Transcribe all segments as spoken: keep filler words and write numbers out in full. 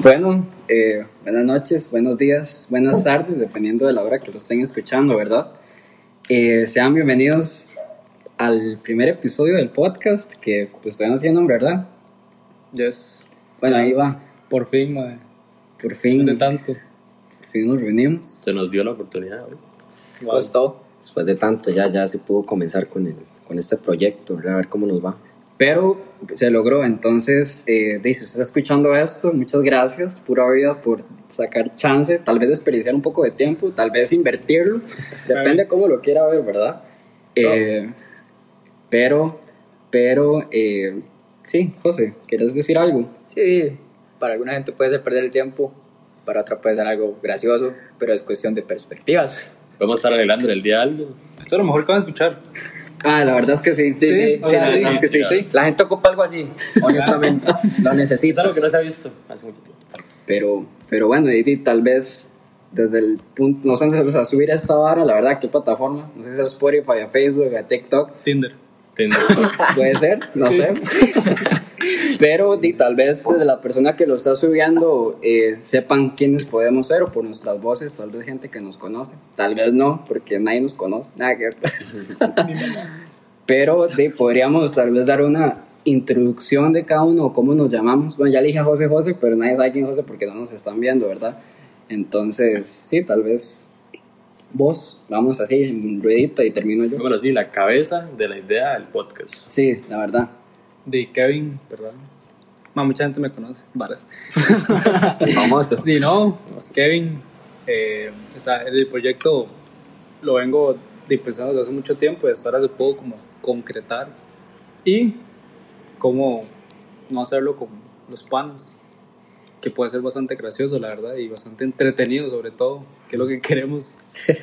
Bueno, eh, buenas noches, buenos días, buenas tardes, dependiendo de la hora que lo estén escuchando, ¿verdad? Eh, sean bienvenidos al primer episodio del podcast que pues todavía no tiene nombre, ¿verdad? Yes. Bueno, ahí va. Por fin, madre. Por fin. Después de tanto. Por fin nos reunimos. Se nos dio la oportunidad. Wow. Costó. Después de tanto ya, ya se pudo comenzar con, el, con este proyecto, ¿verdad? A ver cómo nos va. Pero se logró, entonces, eh, si usted está escuchando esto, muchas gracias, pura vida, por sacar chance, tal vez desperdiciar un poco de tiempo, tal vez invertirlo, depende de cómo lo quiera ver, ¿verdad? Eh, pero, pero, eh, sí, José, ¿quieres decir algo? Sí, para alguna gente puede ser perder el tiempo, para otra puede ser algo gracioso, pero es cuestión de perspectivas. Podemos estar arreglando el día a alguien. Esto es lo mejor que van a escuchar. Ah, la verdad es que sí, sí, sí, sí, o sea, la verdad sí, es que sí, sí. sí. La gente ocupa algo así, honestamente, lo Es necesita. algo que no se ha visto hace mucho tiempo. Pero, pero bueno, y, y tal vez desde el punto, no sé dónde se va a subir a esta vara, la verdad, qué plataforma, no sé si es a Spotify, a Facebook, a TikTok, Tinder. Tinder. puede ser, no sé. Pero y, tal vez desde la persona que lo está subiendo eh, sepan quiénes podemos ser o por nuestras voces, tal vez gente que nos conoce, tal vez no, porque nadie nos conoce, nada que ver. Pero sí, podríamos tal vez dar una introducción de cada uno o cómo nos llamamos. Bueno, ya le dije a José José, pero nadie sabe quién es José porque no nos están viendo, ¿verdad? Entonces, sí, tal vez vos, vamos así, en ruedita y termino yo. Bueno, sí, la cabeza de la idea del podcast. Sí, la verdad. De Kevin, perdón. Ma, mucha gente me conoce, varas. Famoso. Y no, Kevin, eh, está, el proyecto lo vengo de pensando desde hace mucho tiempo y hasta ahora se pudo como concretar. Y cómo no hacerlo con los panos, que puede ser bastante gracioso, la verdad, y bastante entretenido sobre todo, que es lo que queremos.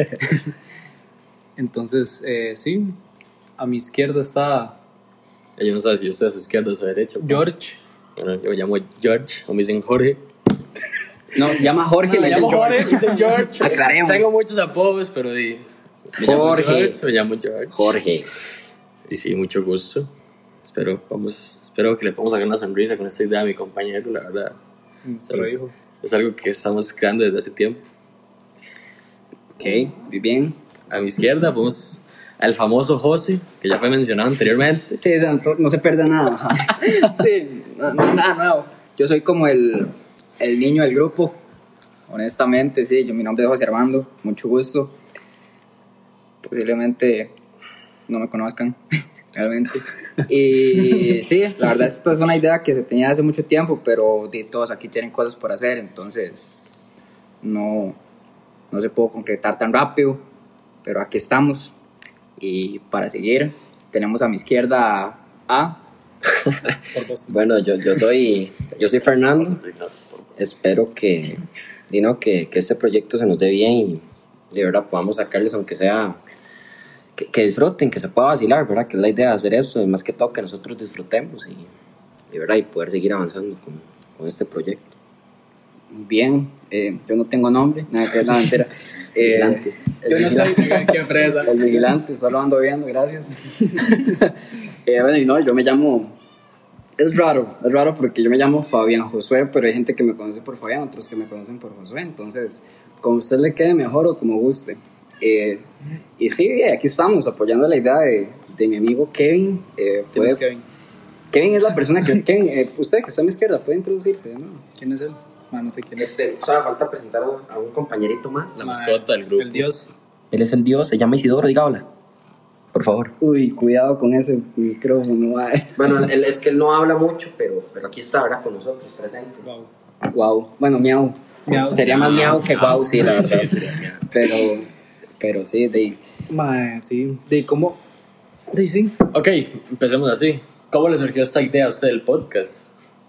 Entonces, eh, sí, a mi izquierda está Yo no sé si yo estoy a su izquierda o a su derecha. George. Bueno, yo me llamo George, o me dicen Jorge. No, se llama Jorge, Me le llamo dicen Jorge, George. me dicen George. Aclaremos. Tengo muchos apodos, pero di, me llamo Jorge. George, me llamo George. Jorge. Y sí, mucho gusto. Espero, vamos, espero que le podamos sacar una sonrisa con esta idea a mi compañero, la verdad. Nuestro hijo. Es algo que estamos creando desde hace tiempo. Ok, muy bien. A mi izquierda vamos al famoso José, que ya fue mencionado anteriormente. Sí, no, no se pierde nada. Ajá. Sí, no, no, nada nuevo. Yo soy como el, el niño del grupo, honestamente, sí. Yo, mi nombre es José Armando, mucho gusto. Posiblemente no me conozcan, realmente. Y sí, la verdad, esto es una idea que se tenía hace mucho tiempo, pero de todos aquí tienen cosas por hacer, entonces no, no se pudo concretar tan rápido, pero aquí estamos. Y para seguir, tenemos a mi izquierda a... Por dos. Bueno, yo, yo, soy, yo soy Fernando. Espero que, y no, que, que este proyecto se nos dé bien y de verdad podamos sacarles, aunque sea, que, que disfruten, que se pueda vacilar, ¿verdad? Que es la idea de hacer eso, y más que todo que nosotros disfrutemos y, y, ¿verdad? Y poder seguir avanzando con, con este proyecto. Muy bien, eh, yo no tengo nombre, nada que ver, la mentira. Eh, Vigilante. el Yo no vigilante. estoy, qué fresa. El vigilante, solo ando viendo, gracias. eh, bueno, y no, yo me llamo, es raro, es raro porque yo me llamo Fabián Josué, pero hay gente que me conoce por Fabián, otros que me conocen por Josué, entonces, como a usted le quede mejor o como guste. Eh, y sí, aquí estamos apoyando la idea de, de mi amigo Kevin. Eh, ¿Quién es puede- Kevin? Kevin es la persona que, Kevin, eh, usted que está a mi izquierda, puede introducirse, ¿no? ¿Quién es él? Ma, no sé quién es. Este, o sea, falta presentar a un compañerito más. La Ma, mascota del grupo. El dios. Él es el dios, se llama Isidoro, diga hola. Por favor. Uy, cuidado con ese micrófono, mae. Bueno, él, es que él no habla mucho, pero, pero aquí está, ¿verdad? Con nosotros, presente. Wow. Wow, bueno, miau. Miau. Sería más miau que guau, sí, la verdad. Sí, sería mía. Pero, pero sí, de, Ma, sí. ¿De cómo? De sí. Ok, empecemos así. ¿Cómo le surgió esta idea a usted del podcast?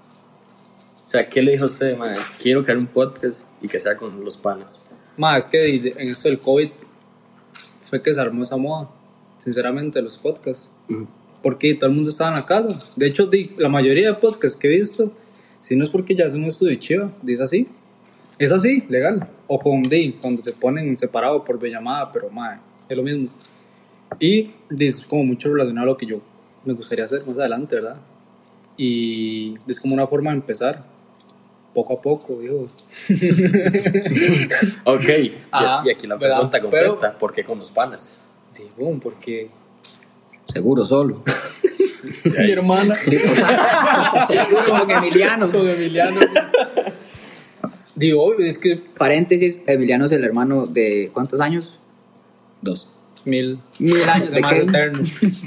O sea, ¿qué le dijo a usted, madre? Quiero crear un podcast y que sea con los panas. Ma, es que de- en esto del COVID fue que se armó esa moda, sinceramente, los podcasts. Ujú. Porque todo el mundo estaba en la casa. De hecho, di- la mayoría de podcasts que he visto, si no es porque ya hacen un estudio chiva, dice así. Es así, legal. O con di, cuando se ponen separados por llamada, pero ma, es lo mismo. Y di, es como mucho relacionado a lo que yo me gustaría hacer más adelante, ¿verdad? Y es como una forma de empezar. poco a poco, digo. Ok, y- Ajá, y aquí la ¿verdad? pregunta Pero- completa, ¿por qué con los panas? Digo, porque Seguro, solo. mi hermana Con Emiliano. con Emiliano. Digo, es que Paréntesis, Emiliano es el hermano de ¿cuántos años? Dos. mil, Mil años se de más qué. eterno.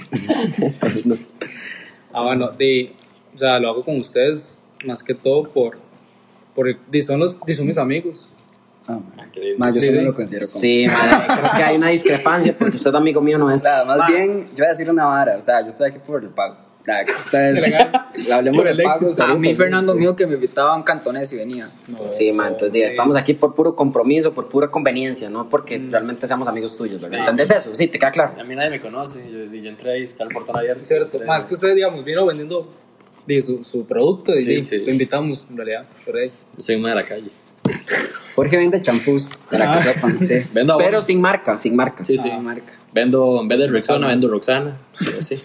Ah, bueno, de, o sea, lo hago con ustedes más que todo por, por de, son los, de, son mis amigos. Ah, Qué lindo. ma, yo sí Sí, no sí. lo considero como. Sí, madre, creo que hay una discrepancia porque usted amigo mío no O es. sea, más bien, yo voy a decir una vara. O sea, yo estoy aquí por el pago. Ah, Entonces, hablemos Por de el éxito. pagos. A ahorita, mí sí. Fernando mío que me invitaban cantones y venía. No, Sí, man, entonces diga, es- estamos aquí por puro compromiso, por pura conveniencia, no porque realmente seamos amigos tuyos, ¿verdad? ¿Entendés eso? Sí, te queda claro. A mí nadie me conoce, yo, yo entré ahí, está el portón abierto. Es cierto, Entré- más que usted, digamos, vino vendiendo de, su, su producto y Sí, de- sí. lo invitamos en realidad. Por ahí. Yo soy una de la calle. Jorge vende champús, para que sepan. Sí. Vendo Pero abono. sin marca, sin marca. Sí, sí. Ah, marca. Vendo, en vez de Rexona, vendo Roxana. Pero sí.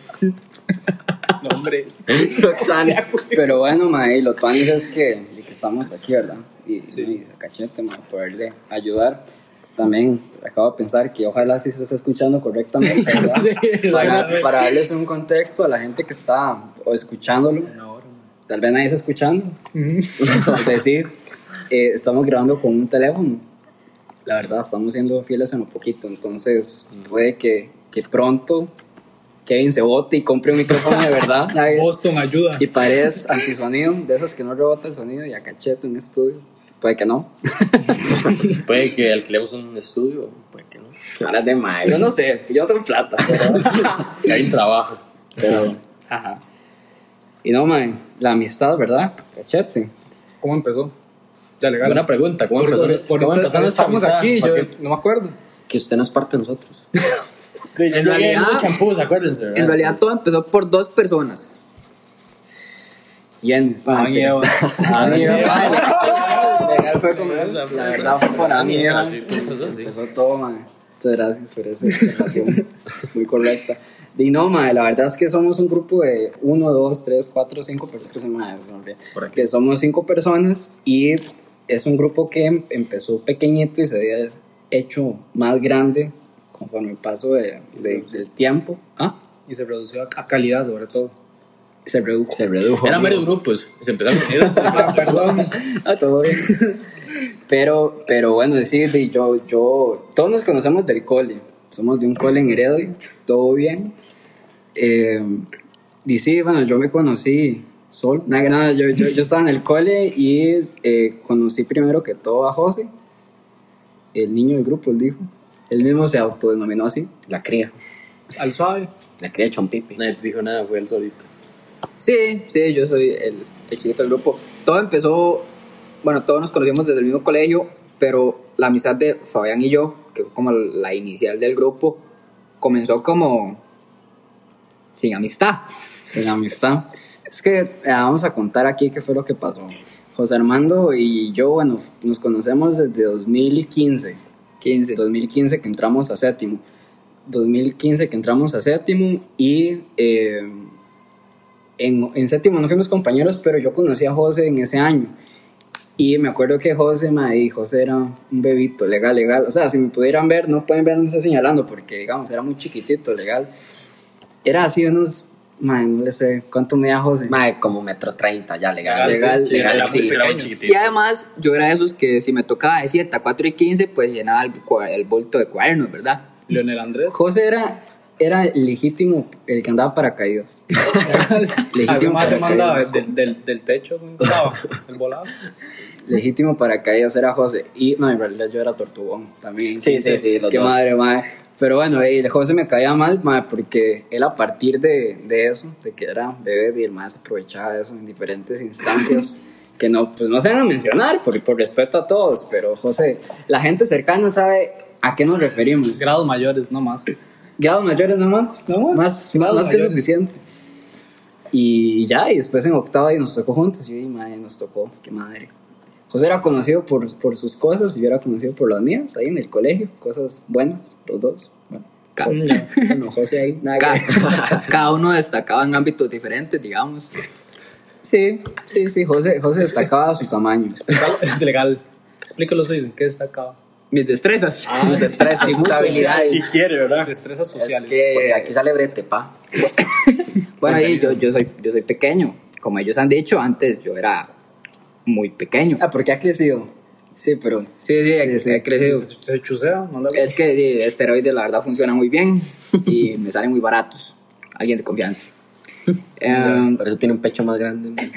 No, hombre. Roxana. Pero bueno, ma, y lo tuanis es que, y que estamos aquí, ¿verdad? Y, Sí. y a cachete, ma, poderle ayudar. También acabo de pensar que ojalá sí se esté escuchando correctamente, ¿verdad? Sí, para, exactamente. para darles un contexto a la gente que está o escuchándolo. Una hora, man. Tal vez nadie está escuchando. Ujú. Tal vez sí. Eh, estamos grabando con un teléfono. La verdad, estamos siendo fieles en lo poquito. Entonces, puede que, que pronto Kevin se bote y compre un micrófono de verdad. Boston, ayuda. Y paredes antisonido, de esas que no rebota el sonido y a cachete un estudio. Puede que no. Puede que alquilemos un estudio, puede que no. Ahora de mae. Yo no sé, yo no tengo plata. Pero, Que hay un trabajo. pero, ajá. Y no, man, la amistad, ¿verdad? Cachete. ¿Cómo empezó? Ya legal. Buena pregunta, ¿cómo Por- empezó, por- ¿cómo ahorita empezó nuestra estamos amistad? aquí, yo Porque- no me acuerdo. Que usted no es parte de nosotros. En realidad- champús, acuérdense. ¿verdad? En realidad todo empezó por dos personas. ¿Quiénes? Adán y Eva. Adán y Eva. Legal fue como eso. La verdad fue por Adán y Eva. Así todo empezó, sí. Empezó todo, man. Muchas gracias por esa explicación muy correcta. Y no, man, la verdad es que somos un grupo de uno, dos, tres, cuatro, cinco personas. Que se me se me olvida. Por aquí. Que somos cinco personas y es un grupo que em- empezó pequeñito y se había hecho más grande conforme el paso de, de- del tiempo. ¿Ah? Y se redució a, a calidad, sobre todo. Se redujo. Se redujo. Eran varios grupos, se empezaron a unir. Ah, perdón. Ah, todo bien. Pero, pero bueno, decir, de yo, yo, todos nos conocemos del cole. Somos de un cole en Heredia, todo bien. Eh, y sí, bueno, yo me conocí solo. Nada, nada, yo, yo, yo estaba en el cole y eh, conocí primero que todo a José, el niño del grupo, él dijo. Él mismo se autodenominó así. La cría. Al suave. La cría de Chompipi. Nadie te dijo nada, fue él solito. Sí, sí, yo soy el, el chiquito del grupo. Todo empezó, bueno, todos nos conocimos desde el mismo colegio, pero la amistad de Fabián y yo, que fue como la inicial del grupo, comenzó como sin amistad. Sin amistad. Es que eh, vamos a contar aquí qué fue lo que pasó. José Armando y yo, bueno, nos conocemos desde dos mil quince. quince. dos mil quince que entramos a séptimo. dos mil quince que entramos a séptimo y eh, en, en séptimo no fuimos compañeros, pero yo conocí a José en ese año. Y me acuerdo que José me dijo, José era un bebito, legal, legal. O sea, si me pudieran ver, no pueden ver, no estoy señalando, porque digamos, era muy chiquitito, legal. Era así unos, man, no le sé, ¿cuánto medía José? Mae, como metro treinta, ya legal. Legal, sí, legal, era sí. muy- era muy pequeño. chiquitito. Y además, yo era de esos que si me tocaba de siete a cuatro y quince, pues llenaba el, cua- el bulto de cuadernos, ¿verdad? Leonel Andrés. José era, era legítimo el que andaba paracaídas. Además se mandaba paracaídas. del, del, del techo, güey, volaba, el volado. Legítimo paracaídas era José. Y no, en realidad yo era tortugón también. Sí, sí, sí, los Qué dos. madre, madre. Pero bueno, eh, José me caía mal, madre, porque él a partir de, de eso, de que era bebé, y el más aprovechaba de eso en diferentes instancias. Que no, pues no se van a mencionar, por, por respeto a todos. Pero José, la gente cercana sabe a qué nos referimos. Grados mayores, no más. Grados mayores nomás, No más, más, grados más que mayores. suficiente. Y ya, y después en octava y nos tocó juntos, y yo, madre, nos tocó, qué madre. José era conocido por, por sus cosas y yo era conocido por las mías, ahí en el colegio, cosas buenas, los dos. Bueno, Ca- bueno José ahí, nada que ver. Cada, cada uno destacaba en ámbitos diferentes, digamos. Sí, sí, sí, José, José destacaba su tamaño. Es legal. Explícalo, soy ¿en qué destacaba? Mis destrezas. Ah, sus destrezas, Sí, sus gusto, habilidades. Y quiere, ¿verdad? Destrezas Es sociales. que aquí sale brete, pa. Bueno, ahí yo, yo, soy, yo soy pequeño. Como ellos han dicho, antes yo era muy pequeño. Ah, porque ha crecido. Sí, pero. Sí, sí, he, Sí, sí. he crecido. Se, se chusea, mándale. Es que sí, esteroides la verdad funcionan muy bien y me salen muy baratos. Alguien de confianza. Em, Por eso tiene un pecho más grande. man.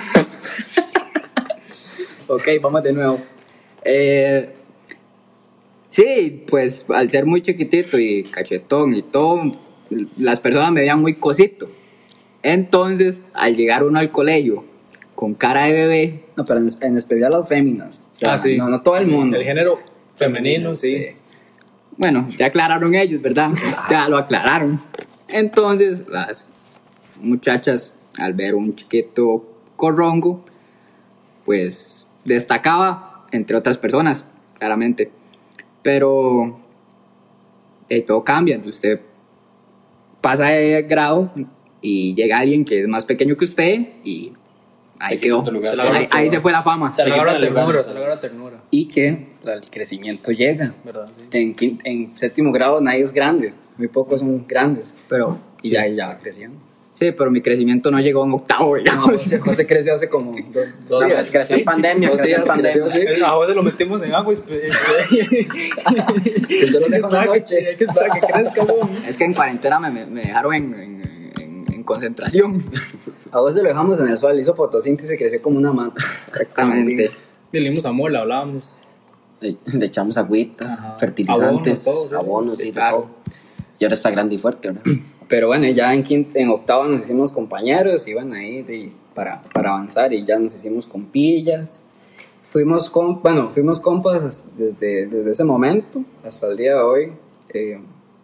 ok, vamos de nuevo. Eh, sí, pues al ser muy chiquitito y cachetón y todo, las personas me veían muy cosito. Entonces, al llegar uno al colegio con cara de bebé, No, pero en, en especial las féminas. O sea, Ah, sí. No, no todo el mundo. El género femenino, sí. Sí. bueno, ya aclararon ellos, ¿verdad? Ya lo aclararon. Entonces, las muchachas, al ver un chiquito corrongo, pues destacaba entre otras personas, claramente. Pero eh, todo cambia. Usted pasa de grado y llega alguien que es más pequeño que usted y ahí Se quedó. quita tu lugar. Ahí, ahí se fue la fama. Se le agarra quitan el lugar. ternura, se le agarra ternura. Y que el crecimiento llega. ¿Verdad? Sí. En, quin- en séptimo grado nadie es grande. Muy pocos son grandes. Pero, Y ya, ya va creciendo. sí, pero mi crecimiento no llegó en octavo, No, digamos. José, José creció hace como dos, dos No, días. pues, creció en pandemia, Dos creció en días pandemia. creció, sí. A José lo metimos en agua y espe- Yo lo hay que dejo en la esperar noche. que- hay que esperar que crezca, weón. Es que en cuarentena me, me- me dejaron en, en- en- en concentración. A vos se lo dejamos en el sol, hizo fotosíntesis y creció como una mata. Exactamente. Y le dimos amor, le hablábamos. Le, le echamos agüita, Ajá. fertilizantes, Abonos, todo, sí. abonos, Sí, sí, de claro. todo. Y ahora está grande y fuerte, ¿verdad? Pero bueno, ya en, quinto, en octavo nos hicimos compañeros, iban ahí de- para, para avanzar y ya nos hicimos compillas. Fuimos, com, bueno, fuimos compas desde, desde ese momento hasta el día de hoy. eh,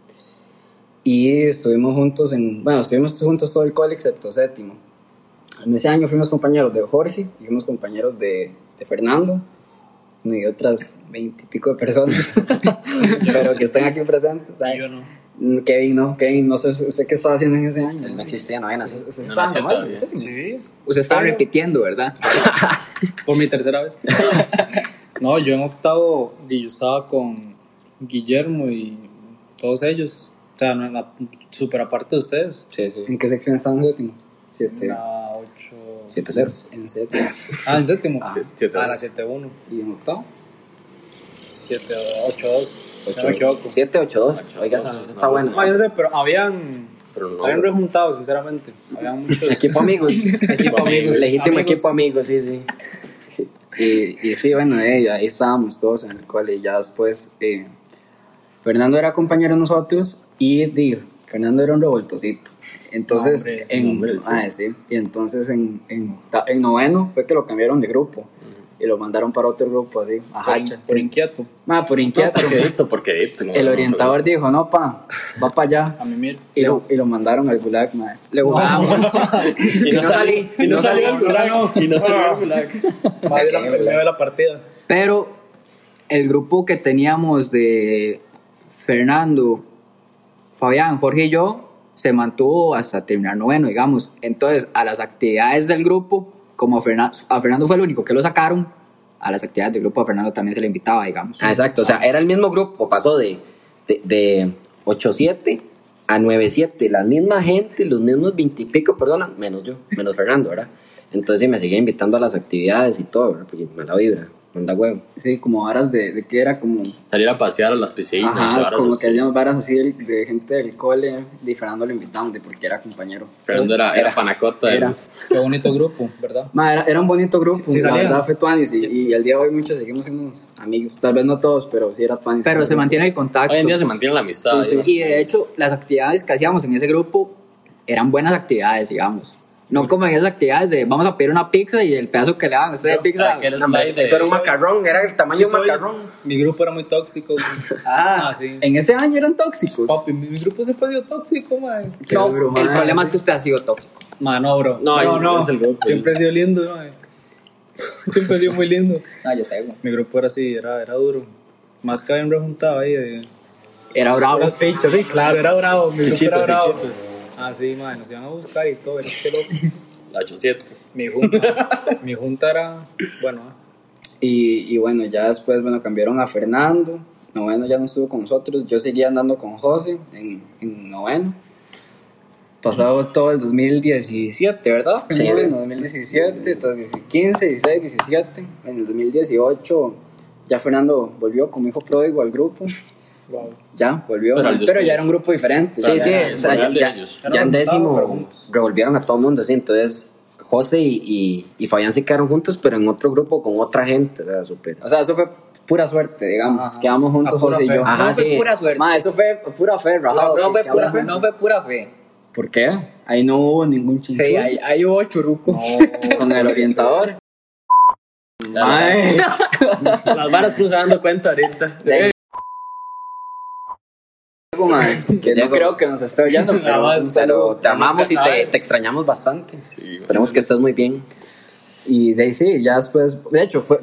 y estuvimos juntos en, bueno, estuvimos juntos todo el cole excepto séptimo. En ese año fuimos compañeros de Jorge y fuimos compañeros de, de Fernando y otras veintipico de personas, pero que están aquí presentes. ¿sabes? Yo no. Mm, Kevin, no, Kevin, no sé usted qué estaba haciendo en ese año. Él no existía, no había nacido. Usted No estaba nació normal, todavía. ¿en serio? Sí, Usted estaba Pero- repitiendo, ¿verdad? por mi tercera vez. No, yo en octavo, y yo estaba con Guillermo y todos ellos. O sea, no, la- súper aparte de ustedes. Sí, sí. ¿En qué sección estaban en séptimo? Siete. La ocho. siete cero. En séptimo. Ah, en séptimo. Sí, siete Ah, dos. la siete uno. ¿Y en octavo? siete ocho dos. No me equivoco. siete ocho dos. Oiga, esa esa está buena. No, yo no sé, pero habían. Pero no. Habían rejuntado, sinceramente. Habían muchos. Equipo amigos. Equipo amigos. Legítimo Amigos. equipo amigos, sí, sí. Y, y sí, bueno, eh, ahí estábamos todos en el cole y ya después eh, Fernando era compañero de nosotros y digo, Fernando era un revoltosito. Entonces, No, hombre, en, hombre, sí. ah, sí, y entonces en, en, octa- en noveno fue que lo cambiaron de grupo y lo mandaron para otro grupo así, a Por, Hacha. por inquieto. Ah, por inquieto. Porque dicto, porque dicto. no, El no, orientador dijo, no, pa, va para allá. A mí mira. Y lo, y lo mandaron al gulag, madre. Le jugábamos. Y no salí. Y no salió el gulag. Y no salió el gulag. Madre, la, el medio de la partida. Pero el grupo que teníamos de Fernando, Fabián, Jorge y yo se mantuvo hasta terminar noveno, digamos. Entonces, a las actividades del grupo, como Fernan- a Fernando fue el único que lo sacaron, a las actividades del grupo a Fernando también se le invitaba, digamos. Ah, exacto, o sea, era el mismo grupo, pasó de, de, de ocho siete a nueve siete, la misma gente, los mismos veintipico personas, menos yo, menos Fernando, ¿verdad? Entonces sí, me seguía invitando a las actividades y todo, ¿verdad? Porque mala vibra, manda huevo. Sí, como varas de, de que era como... Salir a pasear a las piscinas. Ajá, varas como así. que habíamos varas así de, de gente del cole, y Fernando lo invitamos de porque era compañero. Fernando era, era, Era- panacota. Era, del- Qué bonito grupo, ¿verdad? Ma, era, era un bonito grupo, Sí, sí la salían. verdad fue tuanis y, y al día de hoy muchos seguimos siendo amigos, tal vez no todos, pero sí era tuanis. Pero se mantiene el contacto. Hoy en día se mantiene la amistad. Sí, sí. ¿sí? Y de hecho, las actividades que hacíamos en ese grupo eran buenas actividades, digamos. No como en esas actividades de vamos a pedir una pizza y el pedazo que le daban a usted de pizza. Aquel No, hombre, slide de- eso era un macarrón, era el tamaño Sí de un soy. macarrón. Mi grupo era muy tóxico. Ah, Ah, sí. en ese año eran tóxicos. Papi, mi, mi grupo siempre ha sido tóxico, man. Qué No, duro, el madre. problema es que usted ha sido tóxico. Man, no, bro. No, no, ahí no. es el grupo. Siempre he sido lindo, man. Siempre he sido muy lindo. No, yo sé, güey. Mi grupo era así, era, era duro. Más que habían rejuntado ahí de Era bravo. puras fichas, sí, claro, era bravo. Mi grupo Fichitas, era bravo. fichitas. Ah, sí, man, nos iban a buscar y todo, era que loco. La ocho siete. Mi junta, mi junta era, bueno, Y, y bueno, ya después, bueno, cambiaron a Fernando. Noveno ya no estuvo con nosotros. Yo seguía andando con José en, en noveno. Pasado todo el dos mil diecisiete, ¿verdad? Sí. En el dos mil diecisiete, entonces quince, dieciséis, diecisiete. En el dos mil dieciocho ya Fernando volvió como hijo pródigo al grupo. wow. Ya, volvió. Pero Pero, el de pero ya ustedes. era un grupo diferente. Sí, ya, sí, ya- o sea, ya, de ya, ellos. ya en Eran décimo pero juntos. revolvieron a todo el mundo, sí. Entonces, José y, y, y Fabián se quedaron juntos, pero en otro grupo con otra gente. O sea, súper. O sea, eso fue pura suerte, digamos. Ajá. Quedamos juntos A pura José y fe. yo. Ajá, no fue sí. pura suerte. Ma, eso fue pura fe, No, rajado. no fue que pura quedamos fe, no juntos. fue pura fe. ¿Por qué? Ahí no hubo ningún chinchón. Sí, ahí, ahí hubo churuco. Con el orientador. Mae. Las varas que uno se va dando cuenta ahorita. Sí. Algo más, que no Diego. creo que nos esté oyendo, pero Nada más, un Pero saludo. te amamos y nunca te, sabe. te extrañamos bastante. Esperemos que estés muy bien. Y de ahí sí, ya después, de hecho, fue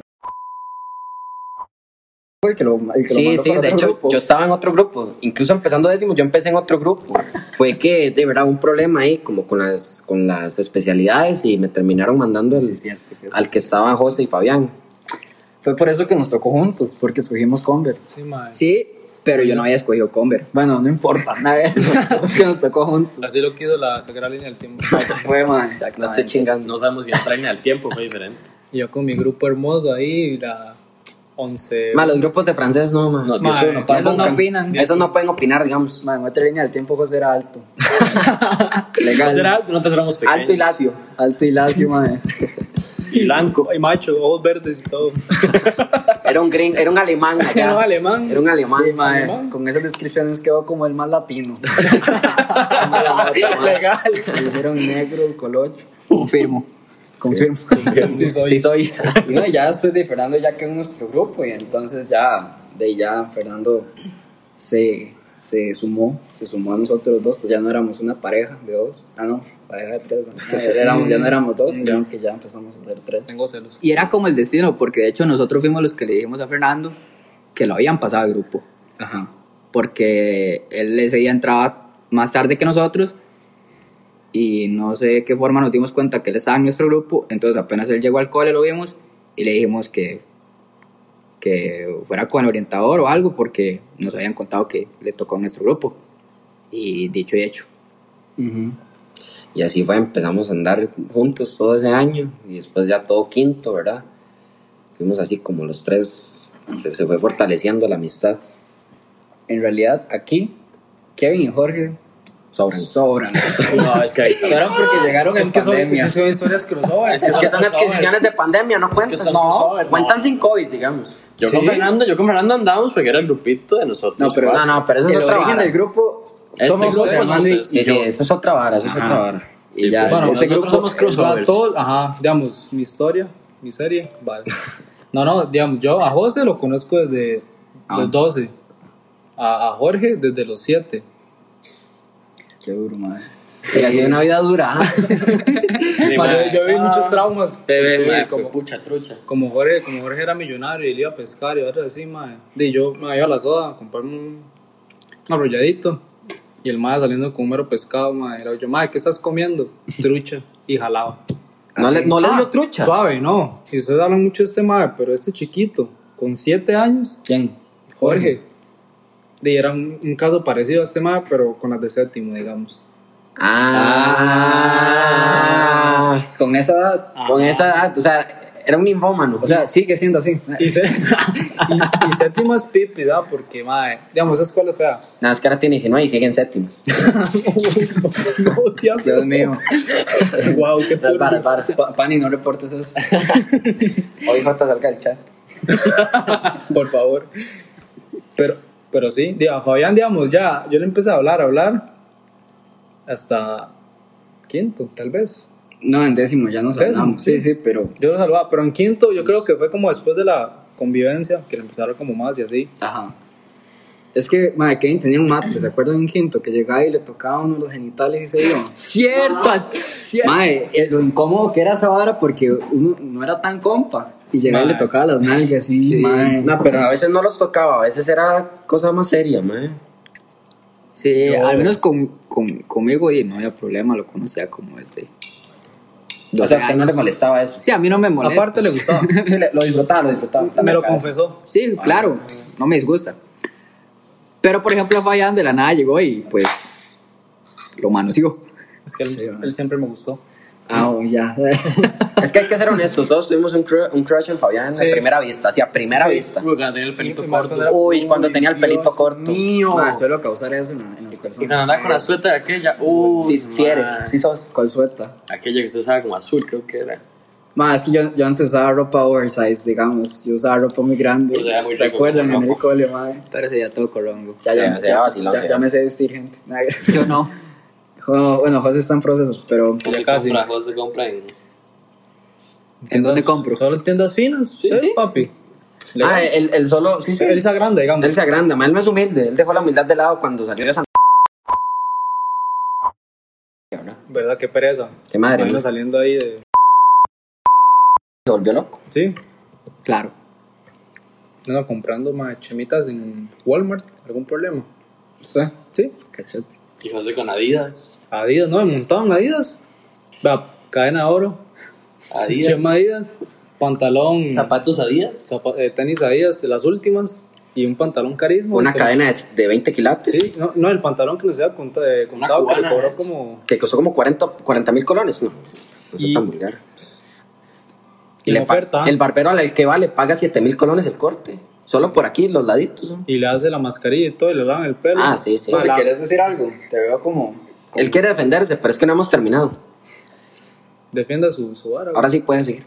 fue el que lo, el que lo Sí, mandó sí, para de otro hecho grupo. yo estaba en otro grupo, incluso empezando décimo yo empecé en otro grupo. Fue que de verdad un problema ahí como con las, con las especialidades y me terminaron mandando Sí, el- es cierto que al sí. que estaban José y Fabián. Fue por eso que nos tocó juntos, porque escogimos Conver. Sí, mae. Sí, pero yo no había escogido Conver. Bueno, no importa, nada, es que nos tocó juntos. Así lo quiso la Sagrada Línea del Tiempo. Eso fue, man. No estoy chingando. No sabemos si la traen al tiempo, fue diferente. Y yo con mi grupo hermoso ahí, la once. Ma, los grupos de francés no, ma. No, Ma, diez uno, pa. Esos no opinan. Esos no pueden opinar, digamos. Man, en otra línea del tiempo José era alto. Legal. ¿No será? Nosotros éramos pequeños. Alto y lacio. Alto y lacio, man. Y blanco. Y macho, ojos verdes y todo. Era un gring, era un alemán allá. Era un alemán. Era un alemán. Sí, mae, Alemán. con esas descripciones quedó como el más latino. Legal. Le dijeron negro, colocho. Confirmo. Confirmo. Sí, soy. Sí soy. Y no, ya después de Fernando ya quedó en nuestro grupo y entonces ya, de ahí ya Fernando se, se sumó, se sumó a nosotros dos, ya no éramos una pareja de dos, ah no, pareja de tres, ¿no? Ya, éramos, ya no éramos dos, sino que ya empezamos a ser tres. Tengo celos. Y era como el destino, porque de hecho nosotros fuimos los que le dijimos a Fernando que lo habían pasado al grupo. Ajá. Porque él ese día entraba más tarde que nosotros y no sé de qué forma nos dimos cuenta que él estaba en nuestro grupo. Entonces apenas él llegó al cole lo vimos y le dijimos que, que fuera con el orientador o algo porque nos habían contado que le tocó a nuestro grupo. Y dicho y hecho. Ujú. Y así fue, empezamos a andar juntos todo ese año y después ya todo quinto, ¿verdad? Fuimos así como los tres, se, se fue fortaleciendo la amistad. En realidad aquí, Kevin y Jorge Sobran. sobran. No, es que hay. Sobran porque llegaron en Es que son, pandemia. es que son historias crossovers. Es que son adquisiciones de pandemia, no cuentan. que son no, crossover, no. cuentan sin COVID, digamos. Yo Sí. con Fernando, yo con Fernando andábamos porque era el grupito de nosotros. No, pero, No, no, pero eso es el otra origen vara. del grupo Este somos grupo los somos hermanos y- ustedes. Sí, sí, eso es otra vara, eso es Ajá. otra vara. y Sí, ya, Bueno, ese nosotros grupo somos crossovers. Todo, ajá, digamos, mi historia, mi serie, vale. No, no, digamos, yo a José lo conozco desde Ah. los doce. A, a Jorge desde los siete. Qué duro, madre. Pero así una vida dura. ¿ah? Sí, Ma, yo, mae. yo vi muchos traumas. Bebé, Sí, mae, como, pucha trucha. como, Jorge, como Jorge era millonario y él iba a pescar y ahora así, mae. Y yo me iba a la soda a comprarme un arrolladito. Y el mae saliendo con un mero pescado, mae. Era yo, mae, ¿qué estás comiendo? Trucha. Y jalaba. No le, no le dio trucha. Suave, no. Y ustedes hablan mucho de este mae, pero este chiquito, con siete años, ¿Quién? Jorge. Y era un, un caso parecido a este mae, pero con las de séptimo, digamos. Ah, Con esa edad. con esa edad, o sea, era un ninfómano. O sea, sigue siendo así. Y, se- y, y séptimo es pipi, ¿verdad? Porque, mae, digamos, esa escuela es fea. Nada, es que ahora tiene diecinueve y sigue en séptimos. No, diablo. Dios mío. Wow, qué Las varas, varas. Pa- Pani, no reportes eso. Hoy J salga el chat. Por favor. Pero, pero sí, diga, Fabián, digamos, ya, yo le empecé a hablar, a hablar, hasta quinto, tal vez. No, en décimo ya nos Décimo, hablamos. Sí, sí. sí, pero. Yo lo saludaba, pero en quinto yo creo que fue como después de la convivencia, que le empezaron como más y así. Ajá. Es que, madre, Kevin tenía un mate, ¿se acuerdan en quinto? Que llegaba y le tocaba a uno los genitales y se iba. Cierto, cierto. Madre, eh, lo incómodo que era esa vara porque uno no era tan compa. Y llegaba y Mae. le tocaba las nalgas y, Sí. madre. No, pero a veces no los tocaba, a veces era cosa más seria, man. Sí, Yo- al menos con, con, conmigo y no había problema, lo conocía como este. O sea, a usted no le molestaba eso. Sí, a mí no me molesta. Aparte le gustaba. Sí, le- lo disfrutaba, lo disfrutaba. Me lo Acá. confesó. Sí, claro, no me disgusta. Pero, por ejemplo, Fabián de la nada llegó y, pues, lo manoseó. Es que él, él siempre me gustó. Ah, oh, ya. Es que hay que ser honestos, todos tuvimos un, cru- un crush en Fabián Sí. a primera vista, así a primera Sí. vista. Uy, cuando tenía el pelito Y más corto. cuando era- Uy, cuando tenía el pelito Dios corto. mío. Ma, suelo causar eso en, la- en las Y personas. cuando andaba con la suéter aquella. Uy, Sí, sí eres, man. sí sos. ¿Cuál suelta? Aquella que usted usaba como azul, creo que era. Más es que yo, yo antes usaba ropa oversize, digamos. Yo usaba ropa muy grande. O sea, muy rico, Recuerden, ¿no? en el cole, madre. Pero se ya todo corongo. Ya, ya, Se- se ya, da vacilón, ya, se ya da me sé vestir, gente. Yo no. Jo- Bueno, José está en proceso, pero José casi. compra, José compra en. ¿En dónde compro? Solo en tiendas finas. Sí, sí. papi. Ah, el, el solo, sí, sí. Él está grande, digamos. Él se agranda, más él no es humilde. Él dejó la humildad de lado cuando salió de Santa. ¿Verdad? Qué pereza. Qué madre, Bueno, ¿no? saliendo ahí de... Se volvió loco. Sí. Claro. No, comprando más chemitas en Walmart. ¿Algún problema? usted, Sí. cachete. Y José con Adidas. Adidas, no, me montaban Adidas. Va, cadena de oro. Adidas. Chema Adidas. Pantalón. Zapatos Adidas. zapa- eh, tenis Adidas de las últimas. Y un pantalón carisma. Una Entonces- cadena de, de veinte quilates. Sí, no, no, el pantalón que nos había contado, eh, contado que le cubana cobró es. como... Que costó como cuarenta mil colones. No, pues, no Y- es tan vulgar. Y le la pa- oferta. El barbero al que va le paga siete mil colones el corte. Solo por aquí, los laditos. ¿no? Y le hace la mascarilla y todo, y le lavan el pelo. Ah, sí, sí. José, la- ¿quieres decir algo? Te veo como... como- Él quiere defenderse, pero es que no hemos terminado. Defienda su, su vara. Ahora sí puede seguir.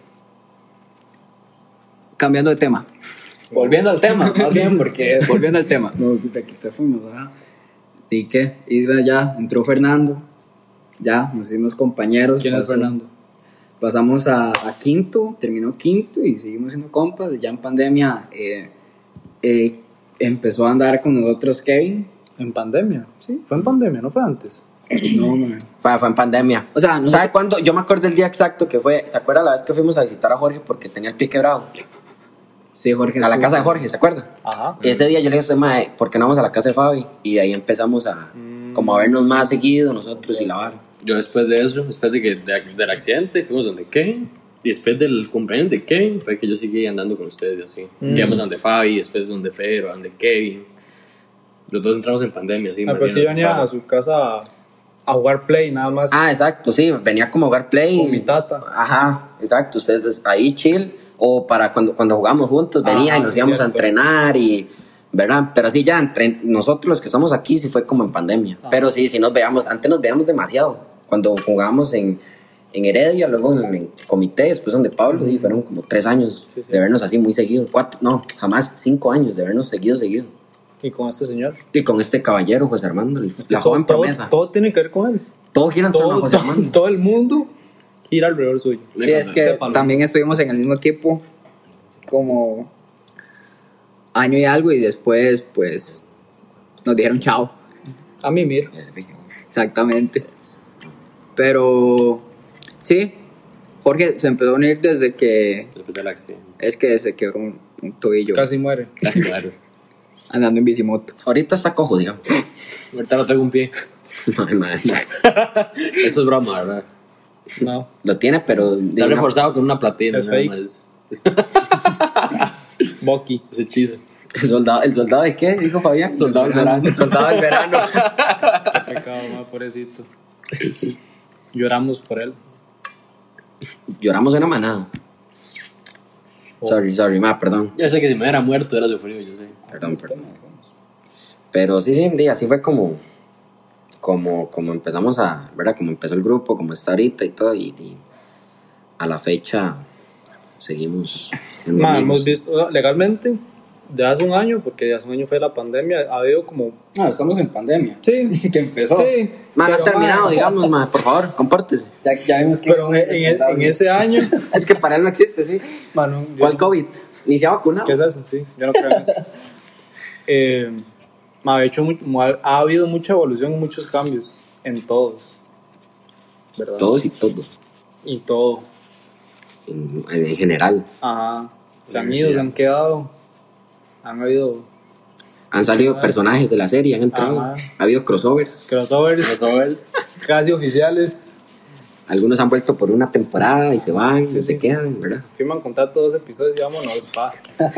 Cambiando de tema. Volviendo al tema, más bien, porque... Volviendo al tema. Nos de aquí te fuimos, ¿verdad? ¿Y qué? Y bueno, ya entró Fernando. Ya, nos hicimos compañeros. ¿Quién es pasó- Fernando? Pasamos a, a quinto, terminó quinto y seguimos siendo compas. Ya en pandemia eh, eh, empezó a andar con nosotros Kevin. En pandemia. Sí, fue en pandemia, no fue antes. No, man. Fue, fue en pandemia. O sea, no ¿Sabe cuándo? Yo me acuerdo el día exacto que fue. ¿Se acuerda la vez que fuimos a visitar a Jorge porque tenía el pie quebrado? Sí, Jorge. A la estuvo- casa de Jorge, ¿se acuerda? Ajá. Ese día yo le dije, mae, ¿por qué no vamos a la casa de Fabi? Y de ahí empezamos a, como a vernos más seguido nosotros y la vara. Yo después de eso, después de que, de- del accidente, fuimos donde Kevin. Y después del cumpleaños de Kevin, fue que yo seguí andando con ustedes y así. Mm. Llegamos a donde Fabi, después donde Fero, donde Kevin. Los dos entramos en pandemia, sí. Ah, pues sí, venía a su casa a jugar play, nada más. Ah, exacto, sí, venía como a jugar play. Con mi tata. Ajá, exacto, ustedes ahí chill. O para cuando, cuando jugamos juntos, venía Ajá, y nos sí, íbamos a cierto. entrenar y. ¿Verdad? Pero sí, ya entre nosotros los que estamos aquí sí fue como en pandemia. Ah. Pero sí, sí nos veíamos, antes nos veíamos demasiado. Cuando jugábamos en, en Heredia, luego en, en Comité, después donde Pablo, y fueron como tres años Sí, sí. de vernos así muy seguido. Cuatro, no, jamás cinco años de vernos seguido, seguido. Y con este señor. Y con este caballero, José Armando, el- Es que la todo- joven todo- promesa. Todo tiene que ver con él. Todo gira en torno a Todo, José todo, Armando. todo el mundo gira alrededor suyo. Sí, es que Sépalo. también estuvimos en el mismo equipo como año y algo y después pues nos dijeron chao, A mí, mira. exactamente. Pero sí, Jorge se empezó a unir desde que, Después del accidente. es que se quebró un, un tobillo Casi muere. Casi claro. andando en bicimoto. Ahorita está cojo, digamos. Ahorita no tengo un pie. Ay, madre. Eso es broma, ¿verdad? No. Lo tiene, pero. Está digo, reforzado con una platina. Es nada fake. más. Bucky. Ese hechizo. ¿El soldado, ¿El soldado de qué? Dijo Fabián. Soldado del verano. Soldado del verano. Qué pecado, ma, pobrecito. Lloramos por él. Lloramos en una manada. Sorry, sorry, ma, perdón. Yo sé que si me hubiera muerto hubiera sufrido, yo sé. Perdón, perdón. Pero sí, sí, un día, así fue como. Como, como empezamos a. ¿Verdad? Como empezó el grupo, como está ahorita y todo. Y, y a la fecha seguimos. siendo Ma, amigos. hemos visto legalmente de hace un año, porque de hace un año fue la pandemia, ha habido como... No, estamos en pandemia. Sí, Que empezó. sí. Ma, no ha pero, terminado, ma, digamos, ma, por favor, compórtese. Ya, ya vimos que. Pero en, en- en ese año... Es que para él no existe, sí. ma, no, yo- ¿Cuál COVID? Ni se ha vacunado. ¿Qué es eso? Sí, yo no creo en eso. Eh, ma, ha, hecho mu- mu- ha habido mucha evolución y muchos cambios en todos. ¿Verdad? Todos y todos. Y todo. En, en general. Ajá. Se han Universidad. ido, se han quedado. Han habido Han salido personajes de la serie, han entrado. Ajá. Ha habido crossovers. crossovers, casi oficiales. Algunos han vuelto por una temporada y se van, Sí, y se sí. quedan, ¿verdad? Firman contrato todos los episodios y vámonos, pa.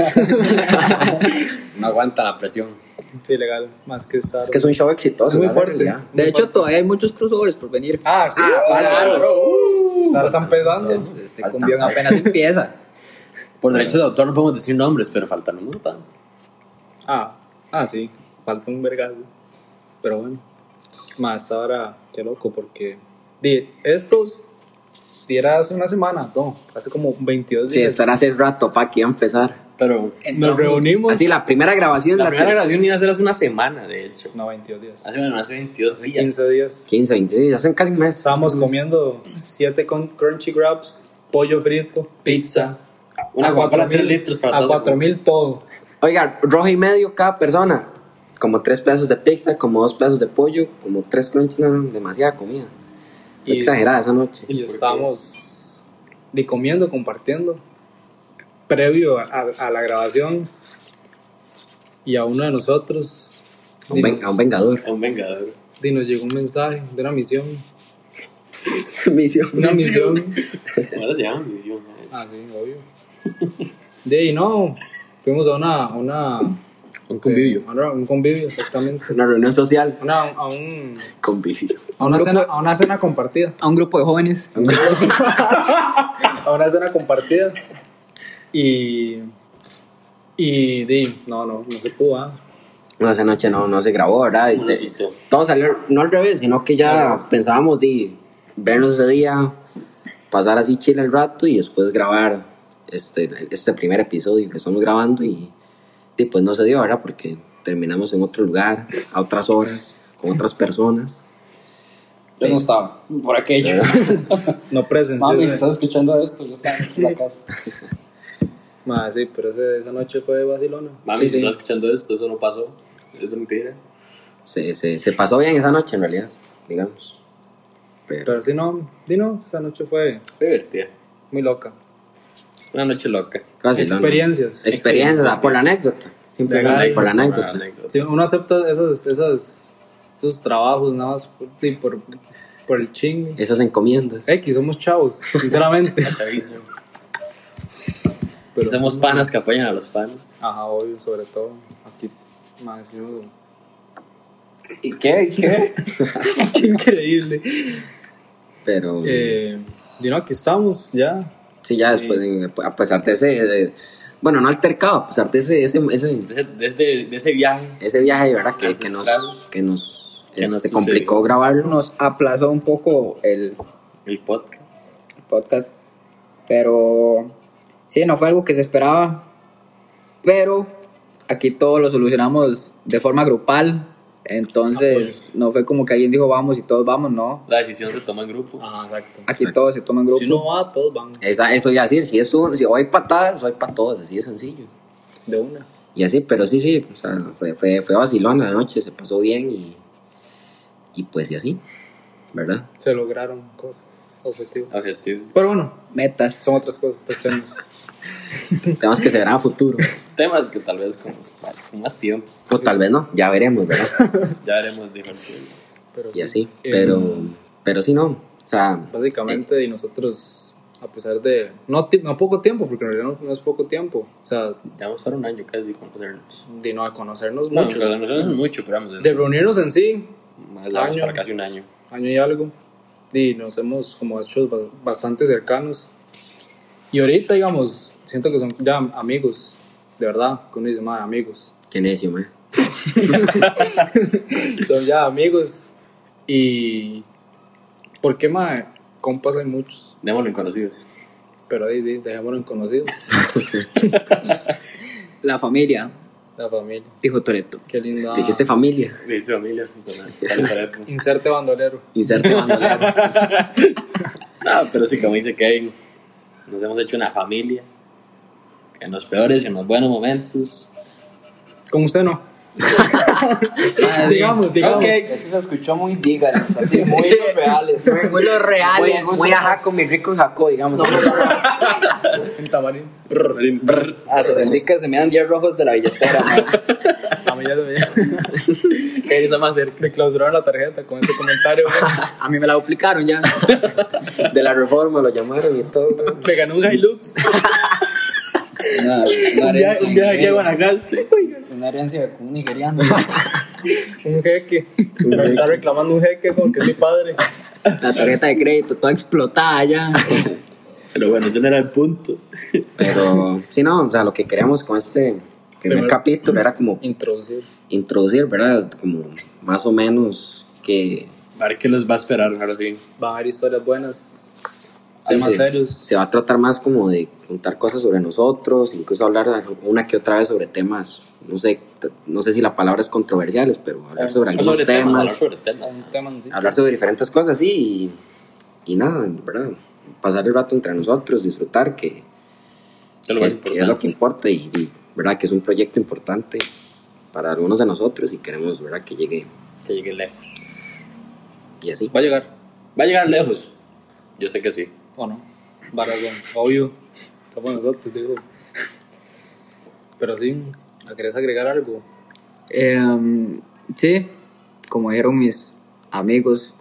No aguanta la presión. Sí, legal. Más que estar. Es que es un show exitoso. Es muy la fuerte. realidad. De hecho, todavía hay muchos crossovers por venir. Ah, sí. claro. Ahora están pedando. Este, este falta cumbión más. apenas empieza. Por derechos de autor no podemos decir nombres, pero faltan un montón. Ah, ah, sí. Falta un vergazo. Pero bueno. Más ahora, qué loco, porque. Di, estos. Si era hace una semana, no. Hace como veintidós Sí, días. esto era hace rato, pa, que iba a empezar. Pero Nos reunimos. Así, la primera grabación. la la primera grabación iba a ser hace una semana, de hecho. No, veintidós días. Hace, bueno, hace veintidós días. quince días. quince, veintiséis, hacen casi un mes. Estábamos comiendo siete con crunchy grabs, pollo frito, pizza. Una a Coca-Cola cuatro tres mil- litros para A todos. cuatro mil todo. Oiga, rojo y medio cada persona. Como tres pedazos de pizza, como dos pedazos de pollo, como tres crunch, no, no, demasiada comida. Fue Y- exagerada esa noche. Y estábamos de comiendo, compartiendo. Previo a, a- a la grabación. Y a uno de nosotros. A un, ven- a un vengador. Un vengador. Y nos llegó un mensaje de una misión. Misión. Una misión. Ahora se llama misión. ¿no? Ah, sí, obvio. De ahí no. Fuimos a una. A una Un convivio. a una- un convivio, exactamente. Una reunión social. Una- a, un, Convivio. a, una Un cena, grupo- a una cena compartida. A un grupo de jóvenes. A una cena compartida. Y. Y di, no, no, no se pudo. ¿ah? No, esa noche no, no se grabó, ¿verdad? Y No te- necesito. todo salió, no al revés, sino que ya pensábamos de vernos ese día, pasar así chile el rato y después grabar este, este primer episodio que estamos grabando y, y pues no se dio, ¿verdad? Porque terminamos en otro lugar, a otras horas, con otras personas. Yo no estaba por aquello. No presenció. Mami, si ese- estás escuchando esto, yo estaba en la casa. Ma, sí, pero ese- esa noche fue vacilona. Mami, Sí, si sí. estás escuchando esto, eso no pasó. Es mentira. Se, se, se pasó bien esa noche en realidad, digamos. Pero, Pero si no, di no, esa noche fue Fue divertida. muy loca. Una noche loca. casi, ¿no? Experiencias. Experiencias, ah, por la anécdota. Simplemente Legal. por la anécdota. Si uno acepta esos, esos, esos trabajos nada más por, sí, por, por el ching. Esas encomiendas. X, somos chavos, sinceramente. Chavizo. Pero, Y somos panas que apoyan a los panos. Ajá, obvio, sobre todo. Aquí, más decimos. ¿Y qué? ¿Y qué? Qué increíble. Pero Eh, y no, aquí estamos ya. sí, ya después, de- a pesar de ese, de- bueno, no altercado, a pesar de ese, ese, ese, De ese, de ese, de ese viaje. ese viaje, ¿verdad? Que, que nos, Ancestral. que nos, Que nos este, sucedió. complicó grabarlo. Nos aplazó un poco el El podcast. podcast. Pero sí, no fue algo que se esperaba. Pero aquí todo lo solucionamos de forma grupal. Entonces no fue como que alguien dijo vamos y todos vamos, no. La decisión se toma en grupo. Ajá, exacto. Aquí todo se toma en grupo. Si uno va, todos van Esa, eso ya decir, si es uno, si hoy hay patadas, hoy para todos, así de sencillo. de una. Y así, pero sí, sí, o sea, fue, fue, fue vacilón la noche, se pasó bien y, y pues y así, ¿verdad? Se lograron cosas, objetivos. Objetivo. Pero bueno, Metas. son otras cosas, estos temas. Temas que se verán a futuro, Temas que tal vez con, con más tiempo o tal vez no, ya veremos, ¿verdad? ya veremos diferentes. Pero, Y así, eh, pero, pero sí, no, o sea, Básicamente, y nosotros, a pesar de. No, ti- no poco tiempo, porque en realidad no, no es poco tiempo. O sea, Ya vamos para un año casi conocernos. de no de conocernos No, muchos. conocernos es mucho, pero vamos. De reunirnos en sí, Más vamos año. para casi un año. año y algo. Y nos hemos como hecho ba- bastante cercanos. Y ahorita, digamos, siento que son ya amigos, de verdad, que uno dice, más amigos. qué necio, man. Son ya amigos. Y. ¿Por qué, más? Compas hay muchos. Démoslo en conocidos. Pero ahí ahí, dejémoslo en conocidos. La familia, La familia. dijo Toretto. Qué linda. Dijiste familia, Dijiste familia. Suena- sale barato. Inserte bandolero. inserte bandolero. No, pero sí, como dice Kevin, nos hemos hecho una familia. En los peores y en los buenos momentos. Con usted no. digamos, digamos. Ok, eso se escuchó muy díganos, así, muy reales. Muy los reales. Muy, muy ajá con mi rico Jaco, digamos. tamarindo. Hasta sentí que se me dan diez rojos de la billetera, man. A mí ya se me... ¿Qué está más cerca? me clausuraron la tarjeta con ese comentario, güey. A mí me la duplicaron ya. De la reforma lo llamaron y todo. güey. Me ganó un Hilux. Una, una Un viaje, herencia, un viaje aquí a un- Guanacaste. una herencia de un nigeriano. Un jeque. Me está reclamando un jeque como que es mi padre. La tarjeta de crédito toda explotada ya. Pero bueno, ese no era el punto. Pero sí, no, o sea, lo que queríamos con este primer Primer- capítulo era como Introducir. introducir, ¿verdad? Como más o menos que A ver qué les va a esperar, ahora sí. Van a haber historias buenas. sí, Temas se, serios. se va a tratar más como de contar cosas sobre nosotros, incluso hablar una que otra vez sobre temas, no sé, t- no sé si la palabra es controversiales, pero hablar sobre algunos Sobre temas, hablar temas, sobre temas. Un tema en sí. hablar sobre diferentes cosas, sí, y, y nada, ¿verdad? Pasar el rato entre nosotros, disfrutar, que, Que es lo que- más que importante. es lo que importa y, y, ¿verdad? Que es un proyecto importante para algunos de nosotros y queremos, ¿verdad? Que llegue Que llegue lejos. y así. Va a llegar. Va a llegar lejos. Yo sé que sí. ¿O no? Barazón. Obvio. Somos nosotros, digo. Pero sí, ¿querés agregar algo? Em, sí, como dijeron mis amigos,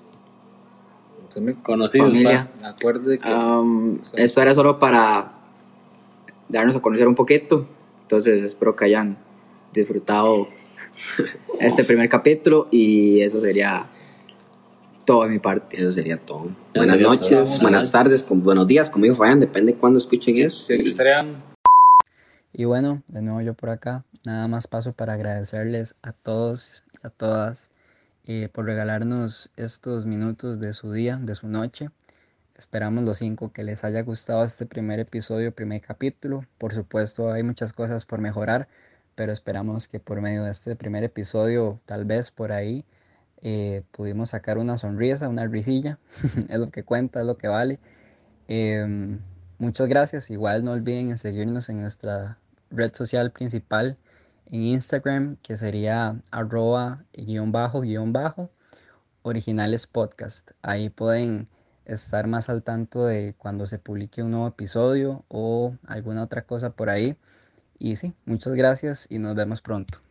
Se me... Conocidos, familia, pa. Acuérdese que... am, esto era solo para darnos a conocer un poquito. Entonces espero que hayan disfrutado este primer capítulo y eso sería todo de mi parte. Eso sería todo. Eso Buenas sería noches, todo. buenas tardes, con, buenos días, como dijo Fabián, depende de cuándo escuchen eso. Si Y- extrañan... Y bueno, de nuevo yo por acá, nada más paso para agradecerles a todos y a todas eh, por regalarnos estos minutos de su día, de su noche. Esperamos los cinco que les haya gustado este primer episodio, primer capítulo. Por supuesto hay muchas cosas por mejorar, pero esperamos que por medio de este primer episodio, tal vez por ahí, eh, pudimos sacar una sonrisa, una risilla. Es lo que cuenta, es lo que vale. Em, muchas gracias. Igual no olviden en seguirnos en nuestra red social principal en Instagram, que sería arroba guión bajo guión bajo originales podcast. Ahí pueden estar más al tanto de cuando se publique un nuevo episodio o alguna otra cosa por ahí. Y sí, muchas gracias y nos vemos pronto.